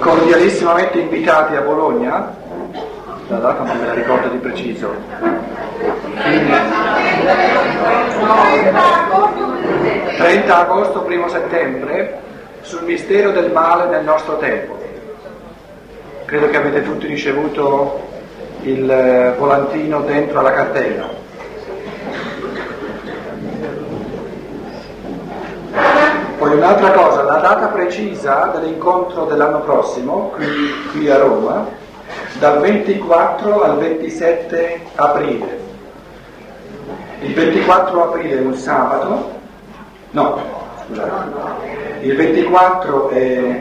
cordialissimamente invitati a Bologna, la data non me la ricordo di preciso, 30 agosto, 1 settembre, sul mistero del male nel nostro tempo. Credo che avete tutti ricevuto il volantino dentro alla cartella. Poi un'altra cosa, la data precisa dell'incontro dell'anno prossimo, qui a Roma, dal 24 al 27 aprile. Il 24 aprile è un sabato, no, scusate, il 24 è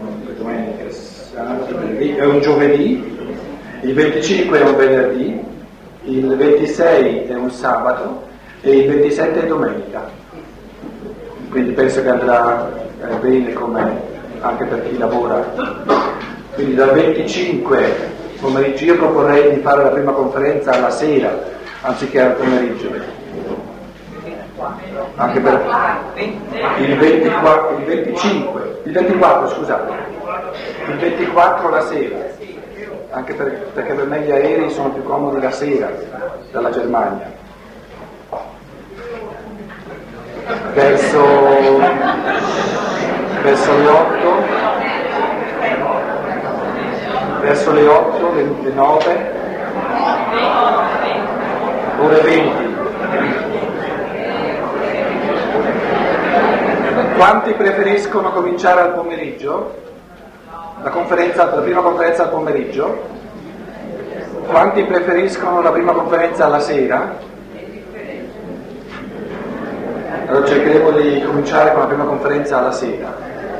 un giovedì, il 25 è un venerdì, il 26 è un sabato e il 27 è domenica. Quindi penso che andrà bene come anche per chi lavora. Quindi dal 25 pomeriggio io proporrei di fare la prima conferenza alla sera anziché al pomeriggio. Anche per il 24 la sera, anche perché per me gli aerei sono più comodi la sera dalla Germania. Verso le 8, le 9, ore 20. Quanti preferiscono cominciare al pomeriggio? La prima conferenza al pomeriggio? Quanti preferiscono la prima conferenza alla sera? Allora cercheremo di cominciare con la prima conferenza alla sera.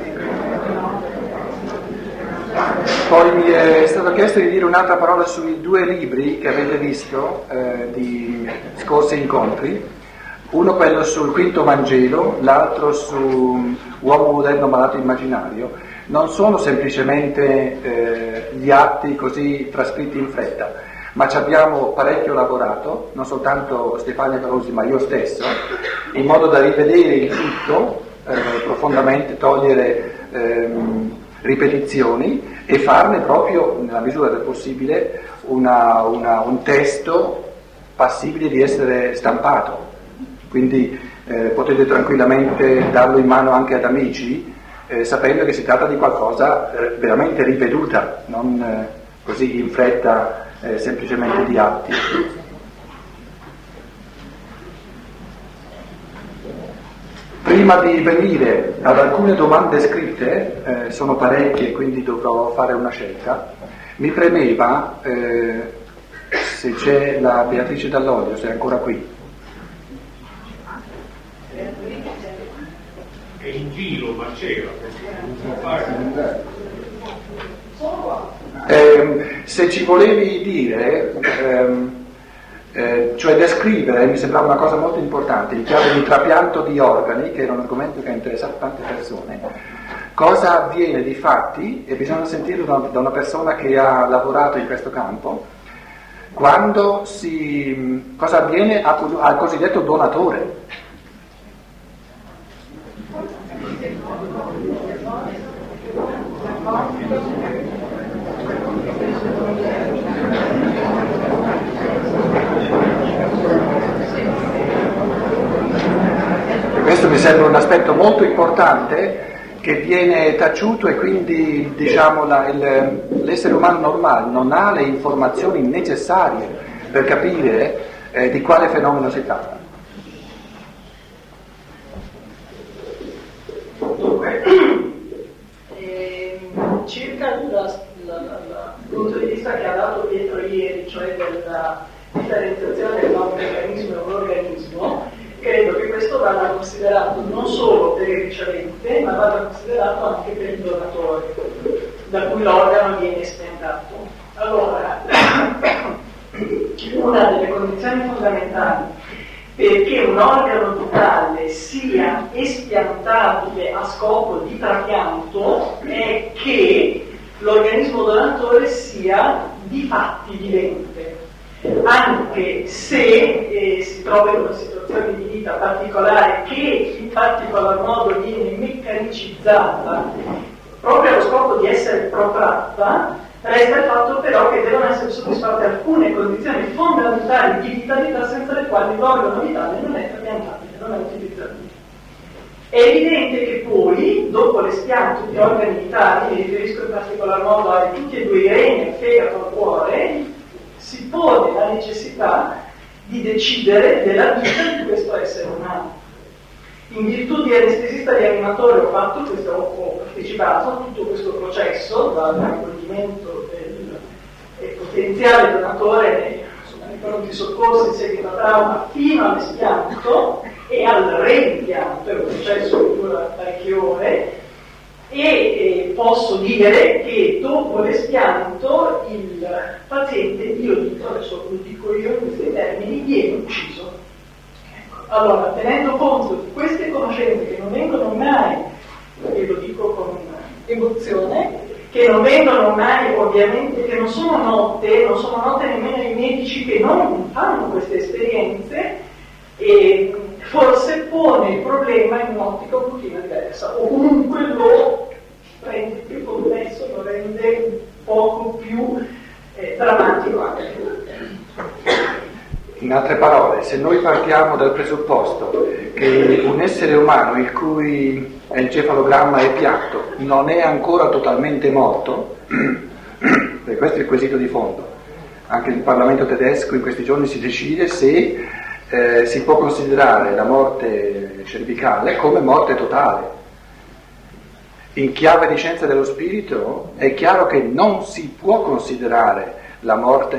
Poi mi è stato chiesto di dire un'altra parola sui 2 libri che avete visto di scorsi incontri. Uno quello sul Quinto Vangelo, l'altro su Uomo moderno malato immaginario. Non sono semplicemente gli atti così trascritti in fretta, ma ci abbiamo parecchio lavorato, non soltanto Stefania Carosi ma io stesso, in modo da rivedere il tutto profondamente, togliere ripetizioni e farne proprio, nella misura del possibile, un testo passibile di essere stampato. Quindi potete tranquillamente darlo in mano anche ad amici, sapendo che si tratta di qualcosa veramente riveduta, non così in fretta, semplicemente di atti. Prima di venire ad alcune domande scritte, sono parecchie quindi dovrò fare una scelta, mi premeva se c'è la Beatrice Dall'Olio, se è ancora qui. È in giro, ma c'era. Se ci volevi dire, cioè descrivere, mi sembrava una cosa molto importante, in chiave di trapianto di organi, che era un argomento che ha interessato tante persone, cosa avviene di fatti, e bisogna sentirlo da una persona che ha lavorato in questo campo, cosa avviene al cosiddetto donatore. Questo mi sembra un aspetto molto importante che viene taciuto e quindi diciamo l'essere umano normale non ha le informazioni necessarie per capire di quale fenomeno si tratta. Circa il punto di vista che ha dato Pietro ieri, cioè della differenziazione tra un meccanismo e un organismo, credo che questo vada considerato non solo per il ricevente, ma vada considerato anche per il donatore, da cui l'organo viene espiantato. Allora, una delle condizioni fondamentali perché un organo vitale sia espiantabile a scopo di trapianto è che l'organismo donatore sia di fatti vivente, anche se si trova in una situazione di vita particolare che in particolar modo viene meccanicizzata proprio allo scopo di essere protratta, resta il fatto però che devono essere soddisfatte alcune condizioni fondamentali di vitalità senza le quali l'organo vitale non è trapiantabile, non è utilizzabile. È evidente che poi, dopo l'espianto di organi vitali, mi riferisco in particolar modo a tutti e due i reni, al fegato, al cuore, si pone la necessità di decidere della vita di questo essere umano. In virtù di anestesista rianimatore ho partecipato a tutto questo processo, dal raccoglimento del potenziale donatore nei pronti soccorsi in seguito a trauma fino all'espianto e al reimpianto, è un processo che dura parecchie ore, e posso dire che dopo l'espianto il paziente, io dico, adesso lo dico io in questi termini, viene ucciso. Allora, tenendo conto di queste conoscenze che non vengono mai, e lo dico con emozione, che non vengono mai ovviamente, che non sono note nemmeno ai medici che non fanno queste esperienze, e forse pone il problema in un'ottica un pochino diversa, o comunque lo rende più complesso, lo rende un poco più drammatico anche. In altre parole, se noi partiamo dal presupposto che un essere umano il cui encefalogramma è piatto non è ancora totalmente morto, e questo è il quesito di fondo, anche il Parlamento tedesco in questi giorni si decide se si può considerare la morte cervicale come morte totale. In chiave di scienza dello spirito è chiaro che non si può considerare la morte,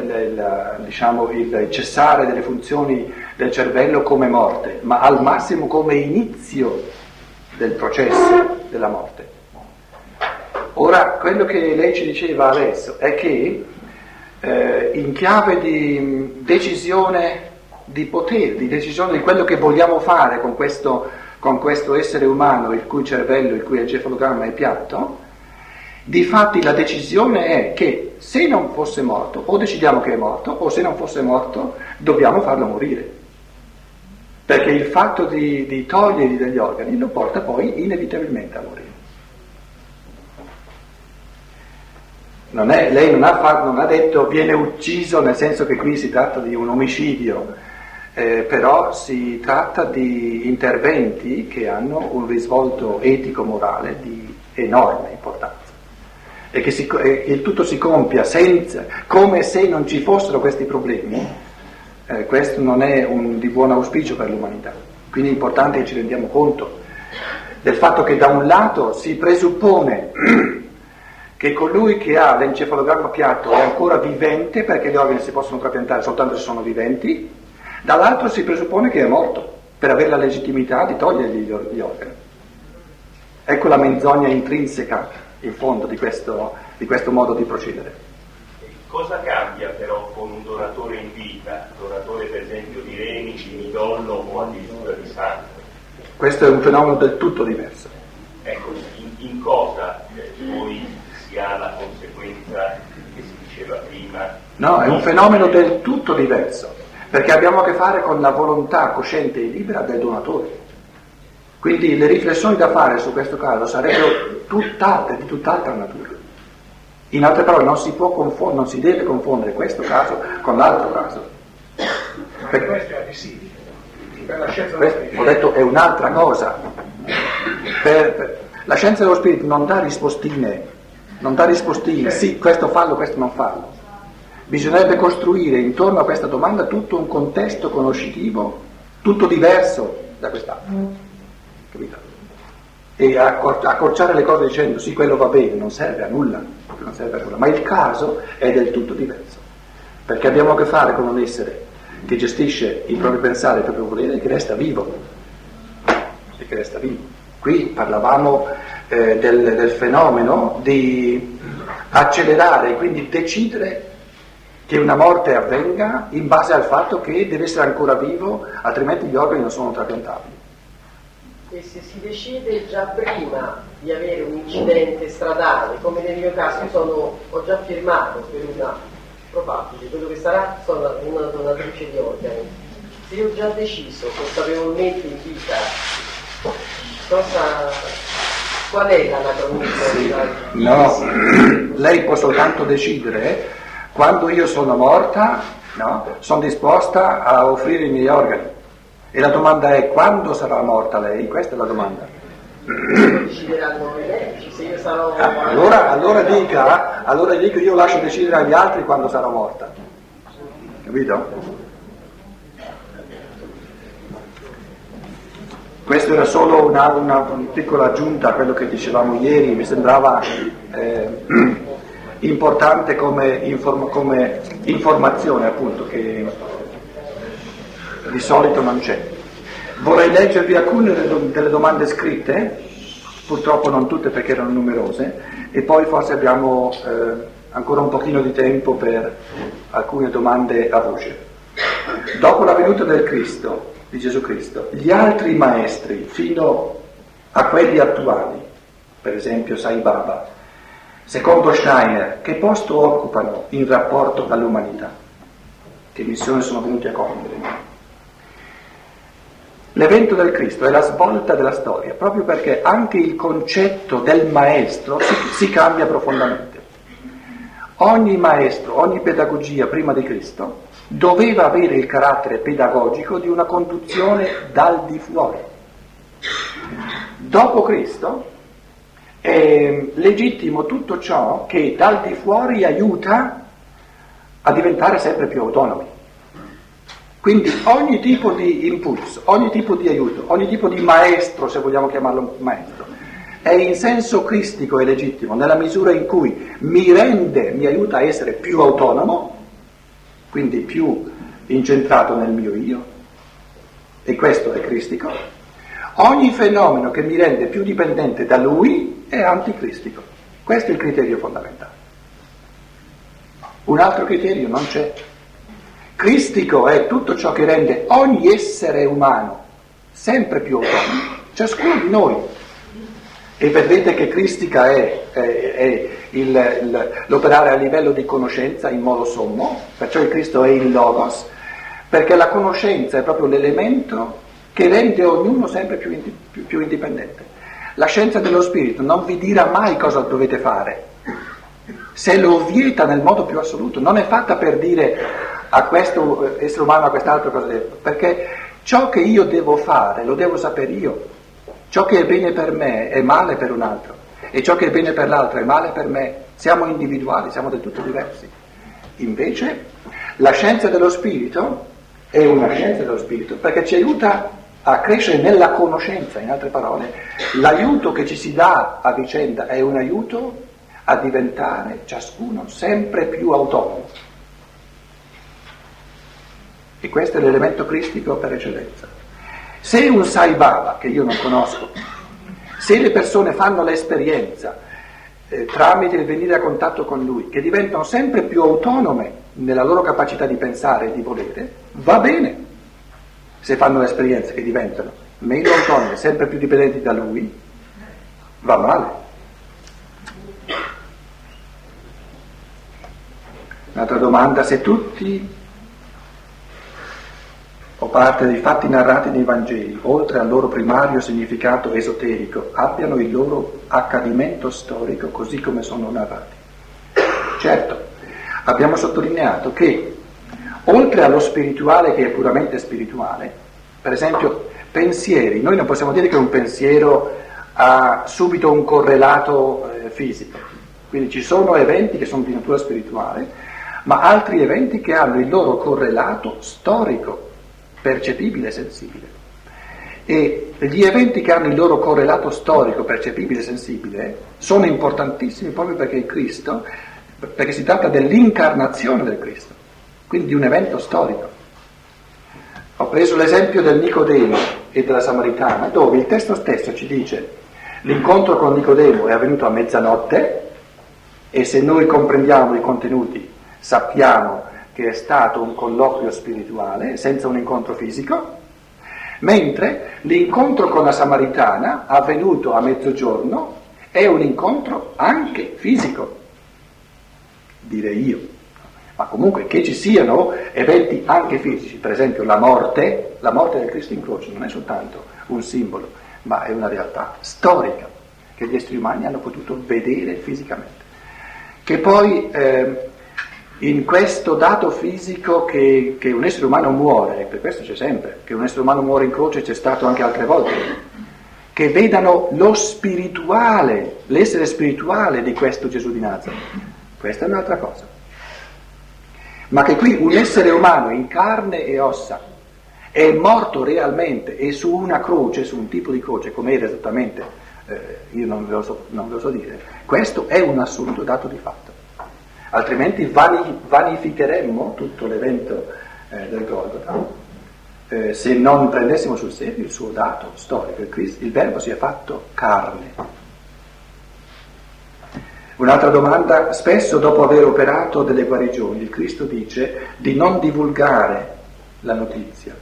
il cessare delle funzioni del cervello come morte, ma al massimo come inizio del processo della morte. Ora, quello che lei ci diceva adesso è che in chiave di decisione di potere, di decisione di quello che vogliamo fare con questo essere umano il cui cervello, il cui encefalogramma è piatto, difatti la decisione è che se non fosse morto, o decidiamo che è morto, o se non fosse morto, dobbiamo farlo morire. Perché il fatto di togliergli degli organi lo porta poi inevitabilmente a morire. Lei non ha detto viene ucciso, nel senso che qui si tratta di un omicidio, però si tratta di interventi che hanno un risvolto etico-morale di enorme importanza. E che il tutto si compia come se non ci fossero questi problemi, questo non è di buon auspicio per l'umanità. Quindi è importante che ci rendiamo conto del fatto che da un lato si presuppone che colui che ha l'encefalogramma piatto è ancora vivente, perché gli organi si possono trapiantare soltanto se sono viventi, dall'altro si presuppone che è morto per avere la legittimità di togliergli gli organi. Ecco la menzogna intrinseca in fondo di questo modo di procedere. Cosa cambia però con un donatore in vita, donatore per esempio di reni, di midollo o addirittura di sangue? Questo è un fenomeno del tutto diverso. Ecco, in cosa poi si ha la conseguenza che si diceva prima? No, è un fenomeno del tutto diverso, perché abbiamo a che fare con la volontà cosciente e libera del donatore. Quindi le riflessioni da fare su questo caso sarebbero di tutt'altra natura. In altre parole, non si deve confondere questo caso con l'altro caso. Questo è ammissibile. Per la scienza dello spirito. Ho detto è un'altra cosa. La scienza dello spirito non dà rispostine, sì, questo fallo, questo non fallo. Bisognerebbe costruire intorno a questa domanda tutto un contesto conoscitivo, tutto diverso da quest'altro. Capito? E accorciare le cose dicendo sì, quello va bene, non serve a nulla, ma il caso è del tutto diverso, perché abbiamo a che fare con un essere che gestisce il proprio pensare, il proprio volere e che resta vivo. Qui parlavamo del fenomeno di accelerare e quindi decidere che una morte avvenga in base al fatto che deve essere ancora vivo, altrimenti gli organi non sono trapiantabili. E se si decide già prima di avere un incidente stradale, come nel mio caso ho già firmato per una probabile, quello che sarà sono una donatrice di organi, se io ho già deciso consapevolmente in vita Qual è l'anacronismo? No, lei può soltanto decidere quando io sono morta, no? Sono disposta a offrire i miei organi. E la domanda è: quando sarà morta lei? Questa è la domanda. Decideranno i medici, se io sarò... Allora dica, io lascio decidere agli altri quando sarò morta. Capito? Questo era solo una piccola aggiunta a quello che dicevamo ieri. Mi sembrava importante come informazione, appunto, che di solito non c'è. Vorrei leggervi alcune delle domande scritte, purtroppo non tutte perché erano numerose, e poi forse abbiamo ancora un pochino di tempo per alcune domande a voce. Dopo la venuta del Cristo, di Gesù Cristo, gli altri maestri fino a quelli attuali, per esempio Sai Baba, secondo Steiner, che posto occupano in rapporto all'umanità? Che missione sono venuti a compiere? L'evento del Cristo è la svolta della storia, proprio perché anche il concetto del maestro si cambia profondamente. Ogni maestro, ogni pedagogia prima di Cristo doveva avere il carattere pedagogico di una conduzione dal di fuori. Dopo Cristo è legittimo tutto ciò che dal di fuori aiuta a diventare sempre più autonomi. Quindi ogni tipo di impulso, ogni tipo di aiuto, ogni tipo di maestro, se vogliamo chiamarlo maestro, è in senso cristico e legittimo nella misura in cui mi aiuta a essere più autonomo, quindi più incentrato nel mio io, e questo è cristico. Ogni fenomeno che mi rende più dipendente da lui è anticristico. Questo è il criterio fondamentale. Un altro criterio non c'è. Cristico è tutto ciò che rende ogni essere umano sempre più autonomo, ciascuno di noi. E vedete che cristica è l'operare a livello di conoscenza in modo sommo, perciò il Cristo è il Logos, perché la conoscenza è proprio l'elemento che rende ognuno sempre più indipendente. La scienza dello spirito non vi dirà mai cosa dovete fare, se lo vieta nel modo più assoluto. Non è fatta per dire a questo essere umano, a quest'altro cosa deve, perché ciò che io devo fare lo devo sapere io. Ciò che è bene per me è male per un altro, e ciò che è bene per l'altro è male per me. Siamo individuali, siamo del tutto diversi. Invece la scienza dello spirito è una scienza dello spirito perché ci aiuta a crescere nella conoscenza. In altre parole, l'aiuto che ci si dà a vicenda è un aiuto a diventare ciascuno sempre più autonomo. E questo è l'elemento cristico per eccellenza. Se un Sai Baba, che io non conosco, se le persone fanno l'esperienza tramite il venire a contatto con lui, che diventano sempre più autonome nella loro capacità di pensare e di volere, va bene. Se fanno l'esperienza che diventano meno autonome, sempre più dipendenti da lui, va male. Un'altra domanda: se tutti o parte dei fatti narrati nei Vangeli, oltre al loro primario significato esoterico, abbiano il loro accadimento storico così come sono narrati. Certo, abbiamo sottolineato che oltre allo spirituale, che è puramente spirituale, per esempio pensieri, noi non possiamo dire che un pensiero ha subito un correlato fisico, quindi ci sono eventi che sono di natura spirituale, ma altri eventi che hanno il loro correlato storico, percepibile e sensibile. E gli eventi che hanno il loro correlato storico, percepibile e sensibile sono importantissimi proprio perché il Cristo, perché si tratta dell'incarnazione del Cristo, quindi di un evento storico. Ho preso l'esempio del Nicodemo e della Samaritana, dove il testo stesso ci dice: l'incontro con Nicodemo è avvenuto a mezzanotte, e se noi comprendiamo i contenuti sappiamo che è stato un colloquio spirituale senza un incontro fisico, mentre l'incontro con la Samaritana, avvenuto a mezzogiorno, è un incontro anche fisico, direi io. Ma comunque che ci siano eventi anche fisici, per esempio la morte del Cristo in croce non è soltanto un simbolo, ma è una realtà storica. che gli esseri umani hanno potuto vedere fisicamente. Che poi in questo dato fisico che un essere umano muore, per questo c'è sempre, che un essere umano muore in croce, c'è stato anche altre volte, che vedano lo spirituale, l'essere spirituale di questo Gesù di Nazareth. Questa è un'altra cosa. Ma che qui un essere umano in carne e ossa è morto realmente e su una croce, su un tipo di croce, come era esattamente, io non ve lo so dire, questo è un assoluto dato di fatto. Altrimenti vanificheremmo tutto l'evento del Golgota se non prendessimo sul serio il suo dato storico. Il Verbo si è fatto carne. Un'altra domanda: spesso dopo aver operato delle guarigioni il Cristo dice di non divulgare la notizia.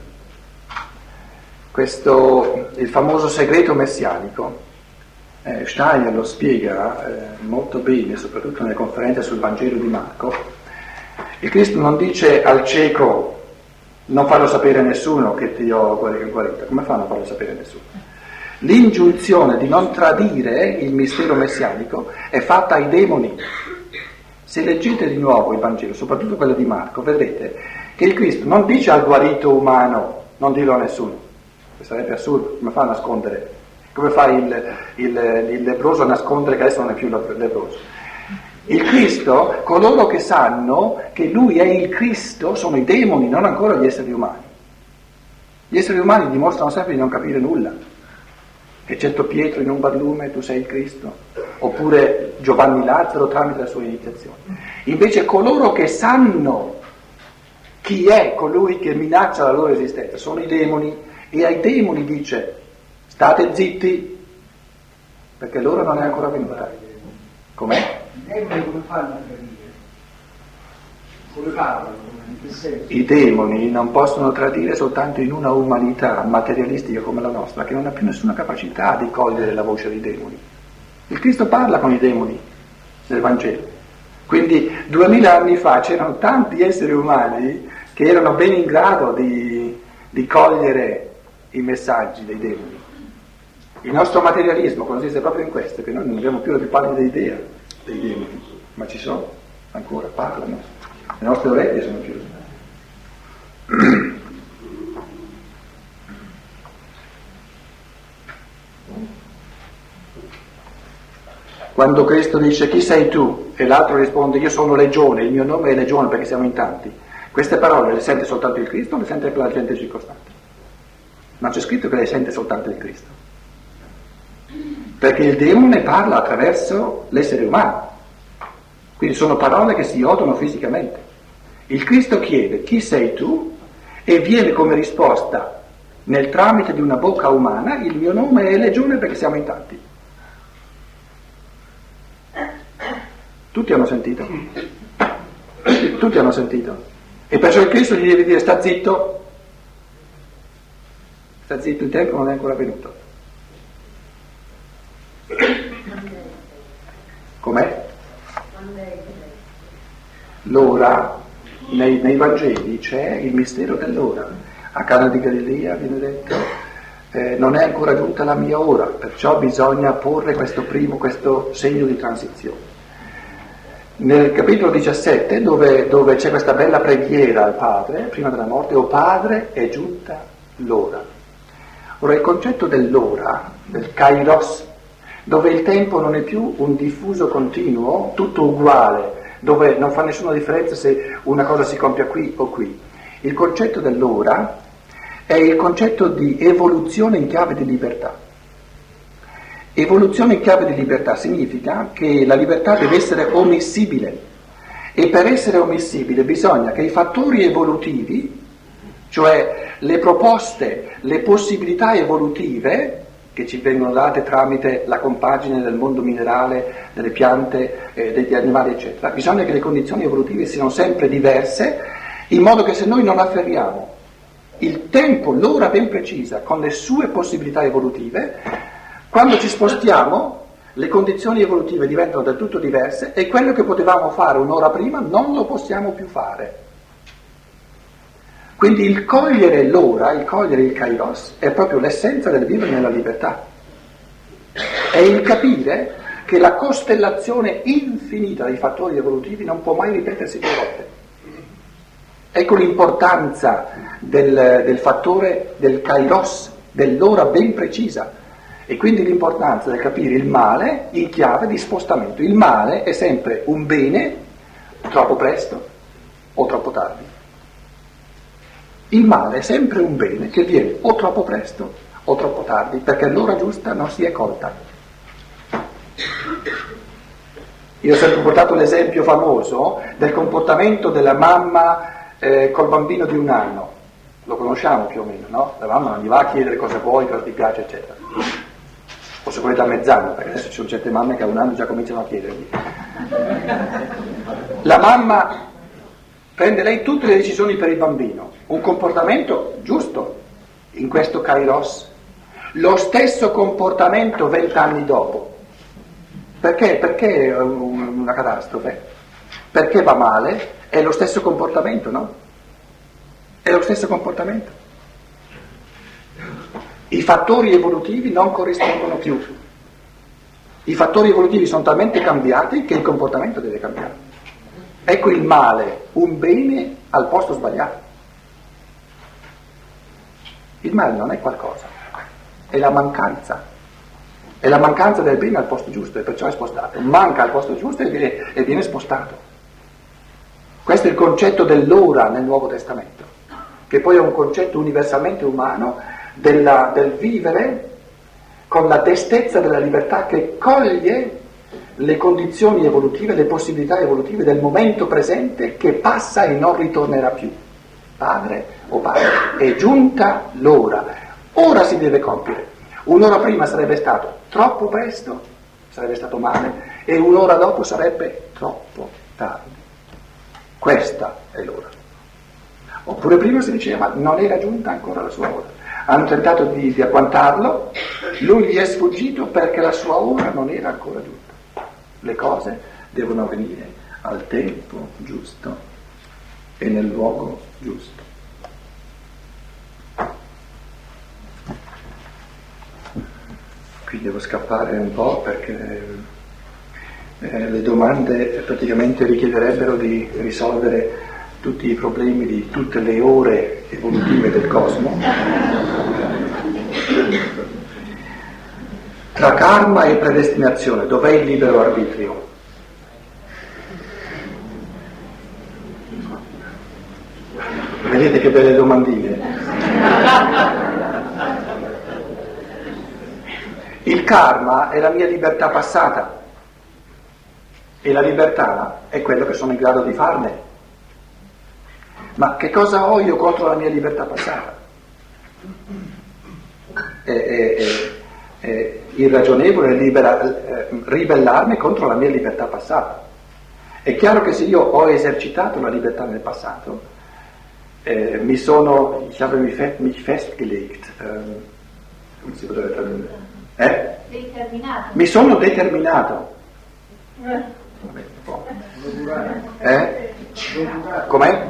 Questo, il famoso segreto messianico, Steiner lo spiega molto bene, soprattutto nelle conferenze sul Vangelo di Marco. Il Cristo non dice al cieco non farlo sapere a nessuno che ti ho guarito. Come fa a non farlo sapere a nessuno? L'ingiunzione di non tradire il mistero messianico è fatta ai demoni. Se leggete di nuovo il Vangelo, soprattutto quello di Marco, vedrete che il Cristo non dice al guarito umano non dirlo a nessuno. Questo sarebbe assurdo. Come fa a nascondere? Come fa il lebbroso a nascondere che adesso non è più lebbroso? Il Cristo, coloro che sanno che Lui è il Cristo, sono i demoni, non ancora gli esseri umani. Gli esseri umani dimostrano sempre di non capire nulla. Eccetto Pietro in un barlume, tu sei il Cristo. Oppure Giovanni Lazzaro tramite la sua iniziazione. Invece coloro che sanno chi è colui che minaccia la loro esistenza sono i demoni, e ai demoni dice: state zitti, perché l'ora non è ancora venuta. Com'è? Come fanno a capire? Come parlano? In che senso? I demoni non possono tradire soltanto in una umanità materialistica come la nostra, che non ha più nessuna capacità di cogliere la voce dei demoni. Il Cristo parla con i demoni nel Vangelo. Quindi 2000 anni fa c'erano tanti esseri umani che erano ben in grado di cogliere i messaggi dei demoni. Il nostro materialismo consiste proprio in questo, che noi non abbiamo più la più pallida idea dei demoni, ma ci sono, ancora parlano, le nostre orecchie sono chiuse. Quando Cristo dice chi sei tu e l'altro risponde io sono Legione, il mio nome è Legione perché siamo in tanti, queste parole le sente soltanto il Cristo o le sente la gente circostante? Non c'è scritto che le sente soltanto il Cristo, perché il demone parla attraverso l'essere umano, quindi sono parole che si odono fisicamente. Il Cristo chiede chi sei tu e viene come risposta nel tramite di una bocca umana: il mio nome è Legione perché siamo in tanti. Tutti hanno sentito, tutti hanno sentito, e perciò il Cristo gli deve dire sta zitto, il tempo non è ancora venuto. Com'è? L'ora, nei Vangeli c'è il mistero dell'ora. A Cana di Galilea viene detto non è ancora giunta la mia ora, perciò bisogna porre questo segno di transizione. Nel capitolo 17 dove c'è questa bella preghiera al Padre prima della morte: o Padre, è giunta l'ora. Ora il concetto dell'ora, del kairos, dove il tempo non è più un diffuso continuo, tutto uguale, dove non fa nessuna differenza se una cosa si compie qui o qui. Il concetto dell'ora è il concetto di evoluzione in chiave di libertà. Evoluzione in chiave di libertà significa che la libertà deve essere omissibile, e per essere omissibile bisogna che i fattori evolutivi, cioè le proposte, le possibilità evolutive che ci vengono date tramite la compagine del mondo minerale, delle piante, degli animali eccetera, bisogna che le condizioni evolutive siano sempre diverse, in modo che se noi non afferriamo il tempo, l'ora ben precisa con le sue possibilità evolutive, quando ci spostiamo le condizioni evolutive diventano del tutto diverse e quello che potevamo fare un'ora prima non lo possiamo più fare. Quindi il cogliere l'ora, il cogliere il kairos, è proprio l'essenza del vivere nella libertà. è il capire che la costellazione infinita dei fattori evolutivi non può mai ripetersi due volte. Ecco l'importanza del fattore del kairos, dell'ora ben precisa, e quindi l'importanza di capire il male in chiave di spostamento. Il male è sempre un bene troppo presto o troppo tardi. Il male è sempre un bene che viene o troppo presto o troppo tardi, perché l'ora giusta non si è colta. Io ho sempre portato l'esempio famoso del comportamento della mamma col bambino di 1 anno. Lo conosciamo più o meno, no? La mamma non gli va a chiedere cosa vuoi, cosa ti piace, eccetera. O se volete a mezz'anno, perché adesso ci sono certe mamme che a 1 anno già cominciano a chiedergli. La mamma prende lei tutte le decisioni per il bambino, un comportamento giusto in questo kairos, lo stesso comportamento 20 anni dopo. Perché? Perché è una catastrofe? Perché va male? È lo stesso comportamento, no? È lo stesso comportamento. I fattori evolutivi non corrispondono più. I fattori evolutivi sono talmente cambiati che il comportamento deve cambiare. Ecco il male, un bene al posto sbagliato. Il male non è qualcosa, è la mancanza. È la mancanza del bene al posto giusto e perciò è spostato. Manca al posto giusto e viene spostato. Questo è il concetto dell'ora nel Nuovo Testamento, che poi è un concetto universalmente umano del vivere con la destezza della libertà che coglie le condizioni evolutive, le possibilità evolutive del momento presente che passa e non ritornerà più. Padre o padre, è giunta l'ora, ora si deve compiere. Un'ora prima sarebbe stato troppo presto, sarebbe stato male, e un'ora dopo sarebbe troppo tardi. Questa è l'ora. Oppure prima si diceva non era giunta ancora la sua ora. Hanno tentato di agguantarlo, lui gli è sfuggito perché la sua ora non era ancora giunta. Le cose devono avvenire al tempo giusto e nel luogo giusto. Qui devo scappare un po' perché le domande praticamente richiederebbero di risolvere tutti i problemi di tutte le ore evolutive del cosmo. Tra karma e predestinazione, dov'è il libero arbitrio? Vedete che belle domandine. Il karma è la mia libertà passata e la libertà è quello che sono in grado di farne. Ma che cosa ho io contro la mia libertà passata? È irragionevole ribellarmi contro la mia libertà passata. È chiaro che se io ho esercitato la libertà nel passato, ich habe mich festgelegt, come si potrebbe tradurre? Determinato. Mi sono determinato. Com'è?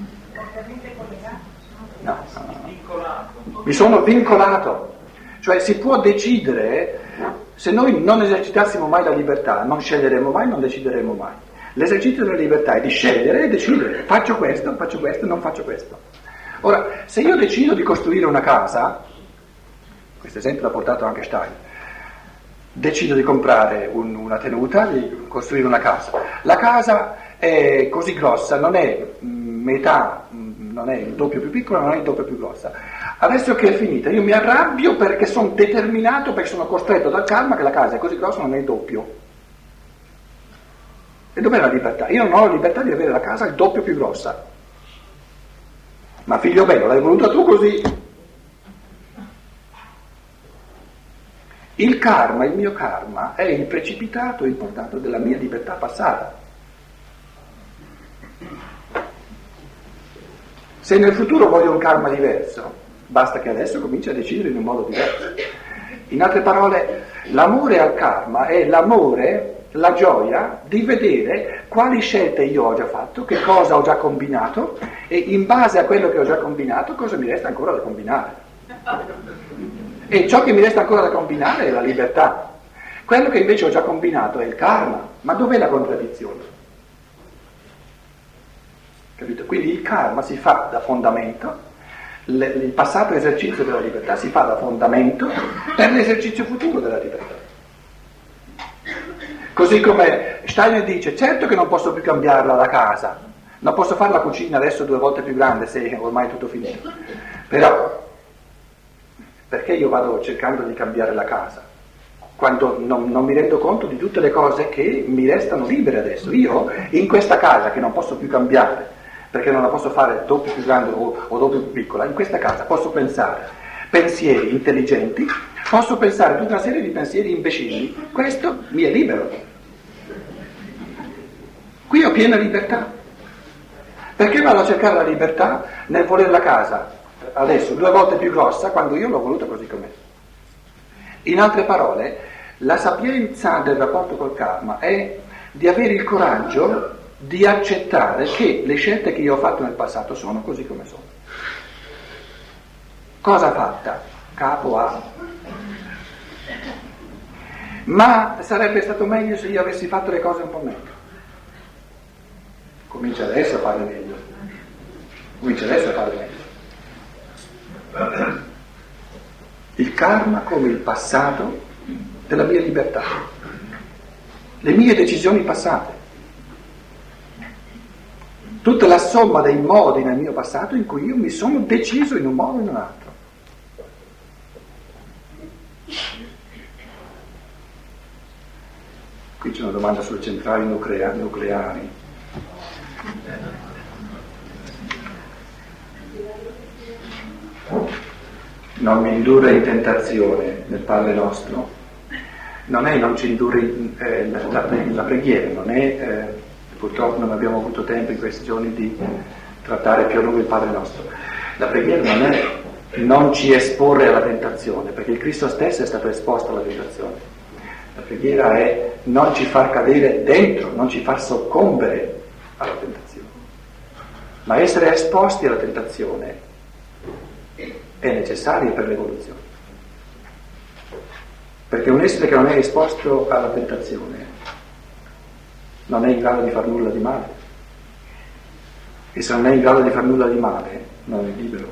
No. Mi sono vincolato. Cioè si può decidere, se noi non esercitassimo mai la libertà, non sceglieremo mai, non decideremo mai. L'esercizio della libertà è di scegliere e decidere, faccio questo, non faccio questo. Ora, se io decido di costruire una casa, questo esempio l'ha portato anche Stein, decido di comprare una tenuta, di costruire una casa. La casa è così grossa, non è metà, non è il doppio più piccola, non è il doppio più grossa. Adesso che è finita, io mi arrabbio perché sono determinato, perché sono costretto dal karma che la casa è così grossa, non è il doppio. E dov'è la libertà? Io non ho la libertà di avere la casa il doppio più grossa. Ma figlio bello, l'hai voluta tu così. Il karma, il mio karma, è il precipitato, il portato della mia libertà passata. Se nel futuro voglio un karma diverso, basta che adesso cominci a decidere in un modo diverso. In altre parole, l'amore al karma è l'amore, la gioia di vedere quali scelte io ho già fatto, che cosa ho già combinato e in base a quello che ho già combinato cosa mi resta ancora da combinare. E ciò che mi resta ancora da combinare è la libertà. Quello che invece ho già combinato è il karma, ma dov'è la contraddizione? Capito? Quindi il karma si fa da fondamento, il passato esercizio della libertà si fa da fondamento per l'esercizio futuro della libertà. Così come Steiner dice, certo che non posso più cambiarla la casa, non posso fare la cucina adesso 2 volte più grande se ormai è tutto finito, però perché io vado cercando di cambiare la casa quando non mi rendo conto di tutte le cose che mi restano libere adesso? Io in questa casa che non posso più cambiare perché non la posso fare doppio più grande o doppio più piccola, in questa casa posso pensare pensieri intelligenti, posso pensare tutta una serie di pensieri imbecilli, questo mi è libero. Qui ho piena libertà. Perché vado a cercare la libertà nel volere la casa adesso 2 volte più grossa quando io l'ho voluta così com'è? In altre parole, la sapienza del rapporto col karma è di avere il coraggio di accettare che le scelte che io ho fatto nel passato sono così come sono. Cosa fatta? Capo A. Ma sarebbe stato meglio se io avessi fatto le cose un po' meglio. Comincia adesso a fare meglio. Il karma come il passato della mia libertà, le mie decisioni passate, tutta la somma dei modi nel mio passato in cui io mi sono deciso in un modo o in un altro. Qui c'è una domanda sulle centrali nucleari. Non mi indurre in tentazione nel Padre nostro, non ci indurre la preghiera, non è, purtroppo non abbiamo avuto tempo in questi giorni di trattare più a lungo il Padre nostro. La preghiera non è non ci esporre alla tentazione, perché il Cristo stesso è stato esposto alla tentazione. La preghiera è non ci far cadere dentro, non ci far soccombere alla tentazione, ma essere esposti alla tentazione è necessario per l'evoluzione, perché un essere che non è esposto alla tentazione non è in grado di far nulla di male, e se non è in grado di far nulla di male non è libero.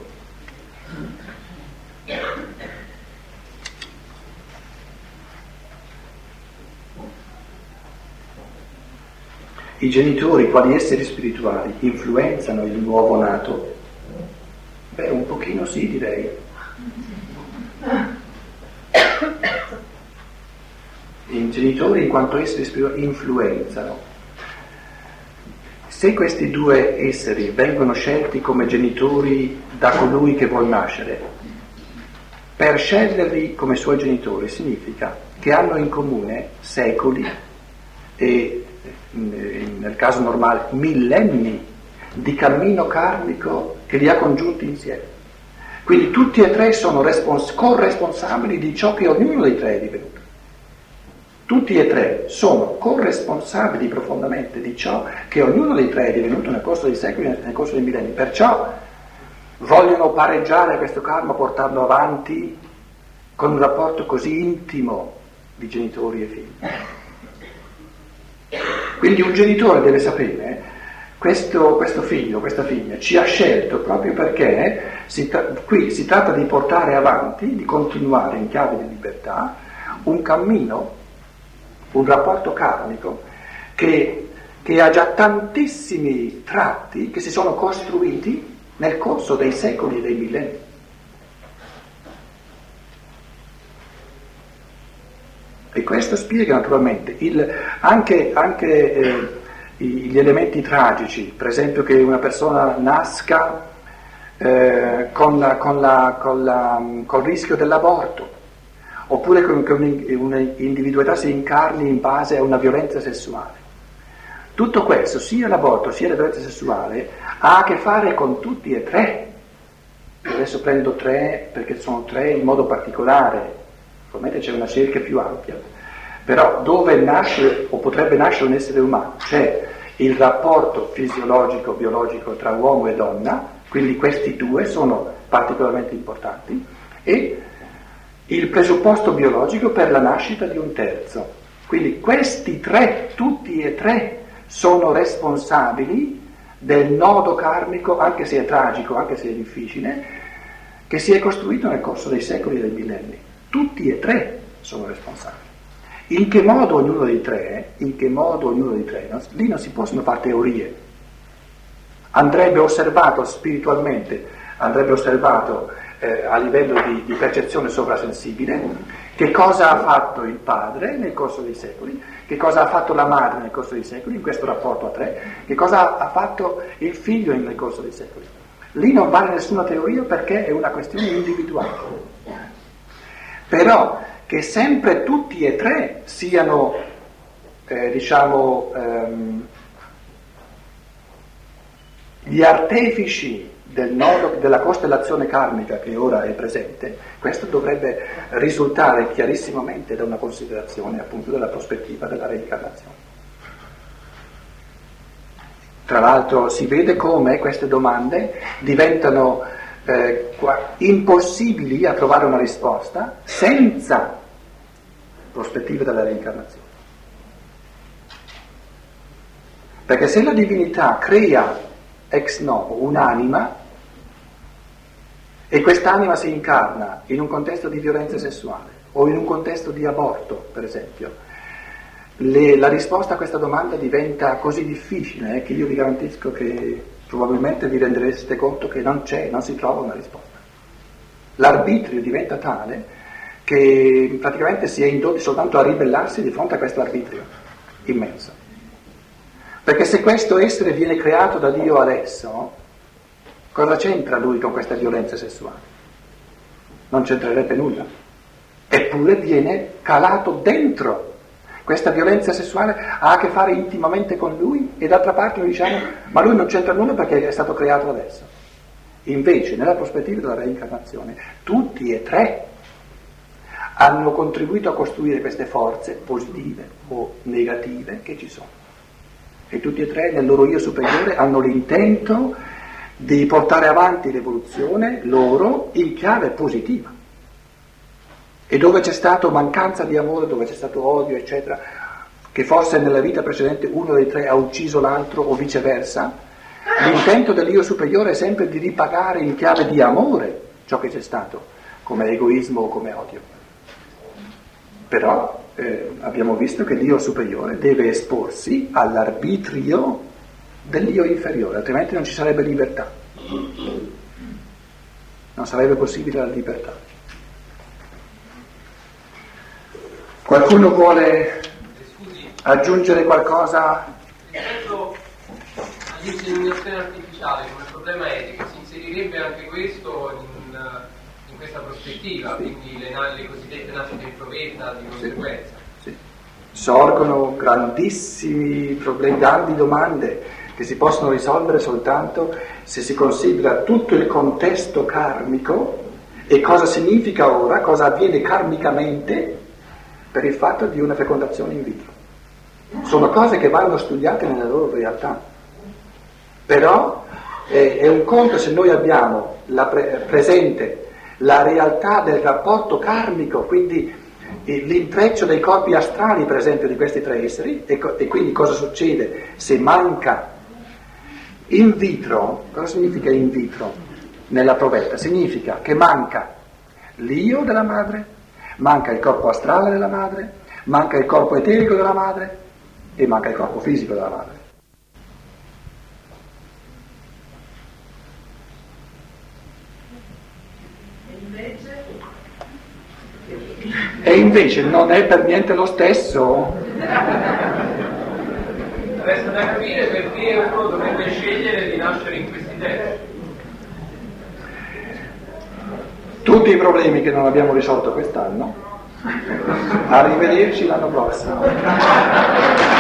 I genitori, quali esseri spirituali, influenzano il nuovo nato? Beh, un pochino sì, direi. I genitori, in quanto esseri spirituali, influenzano. Se questi 2 esseri vengono scelti come genitori da colui che vuol nascere, per sceglierli come suoi genitori significa che hanno in comune secoli e, nel caso normale, millenni di cammino karmico che li ha congiunti insieme. Quindi tutti e 3 sono corresponsabili di ciò che ognuno dei 3 è divenuto. Tutti e 3 sono corresponsabili profondamente di ciò che ognuno dei 3 è divenuto nel corso dei secoli e nel corso dei millenni. Perciò vogliono pareggiare questo karma, portarlo avanti con un rapporto così intimo di genitori e figli. Quindi un genitore deve sapere, questo figlio, questa figlia ci ha scelto proprio perché qui si tratta di portare avanti, di continuare in chiave di libertà un cammino, un rapporto karmico che ha già tantissimi tratti che si sono costruiti nel corso dei secoli e dei millenni. E questo spiega naturalmente anche gli elementi tragici, per esempio che una persona nasca col rischio dell'aborto, oppure che un'individualità si incarni in base a una violenza sessuale. Tutto questo, sia l'aborto sia la violenza sessuale, ha a che fare con tutti e 3. Adesso prendo 3 perché sono 3 in modo particolare, probabilmente c'è una cerchia più ampia, però dove nasce o potrebbe nascere un essere umano c'è il rapporto fisiologico, biologico tra uomo e donna, quindi questi 2 sono particolarmente importanti, e il presupposto biologico per la nascita di un terzo. Quindi questi tre, tutti e tre, sono responsabili del nodo karmico, anche se è tragico, anche se è difficile, che si è costruito nel corso dei secoli e dei millenni. Tutti e tre sono responsabili. In che modo ognuno dei tre, lì non si possono fare teorie. Andrebbe osservato spiritualmente, andrebbe osservato a livello di percezione sovrasensibile, che cosa ha fatto il padre nel corso dei secoli, che cosa ha fatto la madre nel corso dei secoli, in questo rapporto a tre, che cosa ha fatto il figlio nel corso dei secoli. Lì non vale nessuna teoria perché è una questione individuale. Però che sempre tutti e tre siano, gli artefici del nodo, della costellazione karmica che ora è presente, questo dovrebbe risultare chiarissimamente da una considerazione appunto della prospettiva della reincarnazione. Tra l'altro si vede come queste domande diventano impossibili a trovare una risposta senza prospettiva della reincarnazione. Perché se la divinità crea ex novo un'anima e quest'anima si incarna in un contesto di violenza sessuale o in un contesto di aborto, per esempio, la risposta a questa domanda diventa così difficile che io vi garantisco che probabilmente vi rendereste conto che non si trova una risposta. L'arbitrio diventa tale che praticamente si è indotti soltanto a ribellarsi di fronte a questo arbitrio immenso. Perché se questo essere viene creato da Dio adesso, cosa c'entra lui con questa violenza sessuale? Non c'entrerebbe nulla. Eppure viene calato dentro. Questa violenza sessuale ha a che fare intimamente con lui e d'altra parte noi diciamo ma lui non c'entra nulla perché è stato creato adesso. Invece nella prospettiva della reincarnazione tutti e tre hanno contribuito a costruire queste forze positive o negative che ci sono. E tutti e tre nel loro io superiore hanno l'intento di portare avanti l'evoluzione loro in chiave positiva. E dove c'è stato mancanza di amore, dove c'è stato odio, eccetera, che forse nella vita precedente uno dei tre ha ucciso l'altro o viceversa, l'intento dell'io superiore è sempre di ripagare in chiave di amore ciò che c'è stato, come egoismo o come odio. Però abbiamo visto che l'io superiore deve esporsi all'arbitrio dell'io inferiore, altrimenti non ci sarebbe libertà. Non sarebbe possibile la libertà. Qualcuno vuole aggiungere qualcosa? Rispetto all'inseminazione artificiale come problema etico, si inserirebbe anche questo in questa prospettiva, quindi le cosiddette nascite in provetta di conseguenza? Sì. Sorgono grandissimi problemi, grandi domande che si possono risolvere soltanto se si considera tutto il contesto karmico e cosa significa ora, cosa avviene karmicamente per il fatto di una fecondazione in vitro. Sono cose che vanno studiate nella loro realtà. Però è un conto se noi abbiamo presente la realtà del rapporto karmico, quindi l'intreccio dei corpi astrali per esempio di questi tre esseri, e quindi cosa succede se manca in vitro. Cosa significa in vitro nella provetta? Significa che manca l'io della madre, manca il corpo astrale della madre, manca il corpo eterico della madre e manca il corpo fisico della madre. E invece non è per niente lo stesso. Resta da capire perché uno dovrebbe scegliere di nascere in questi tempi. Tutti i problemi che non abbiamo risolto quest'anno, arrivederci l'anno prossimo.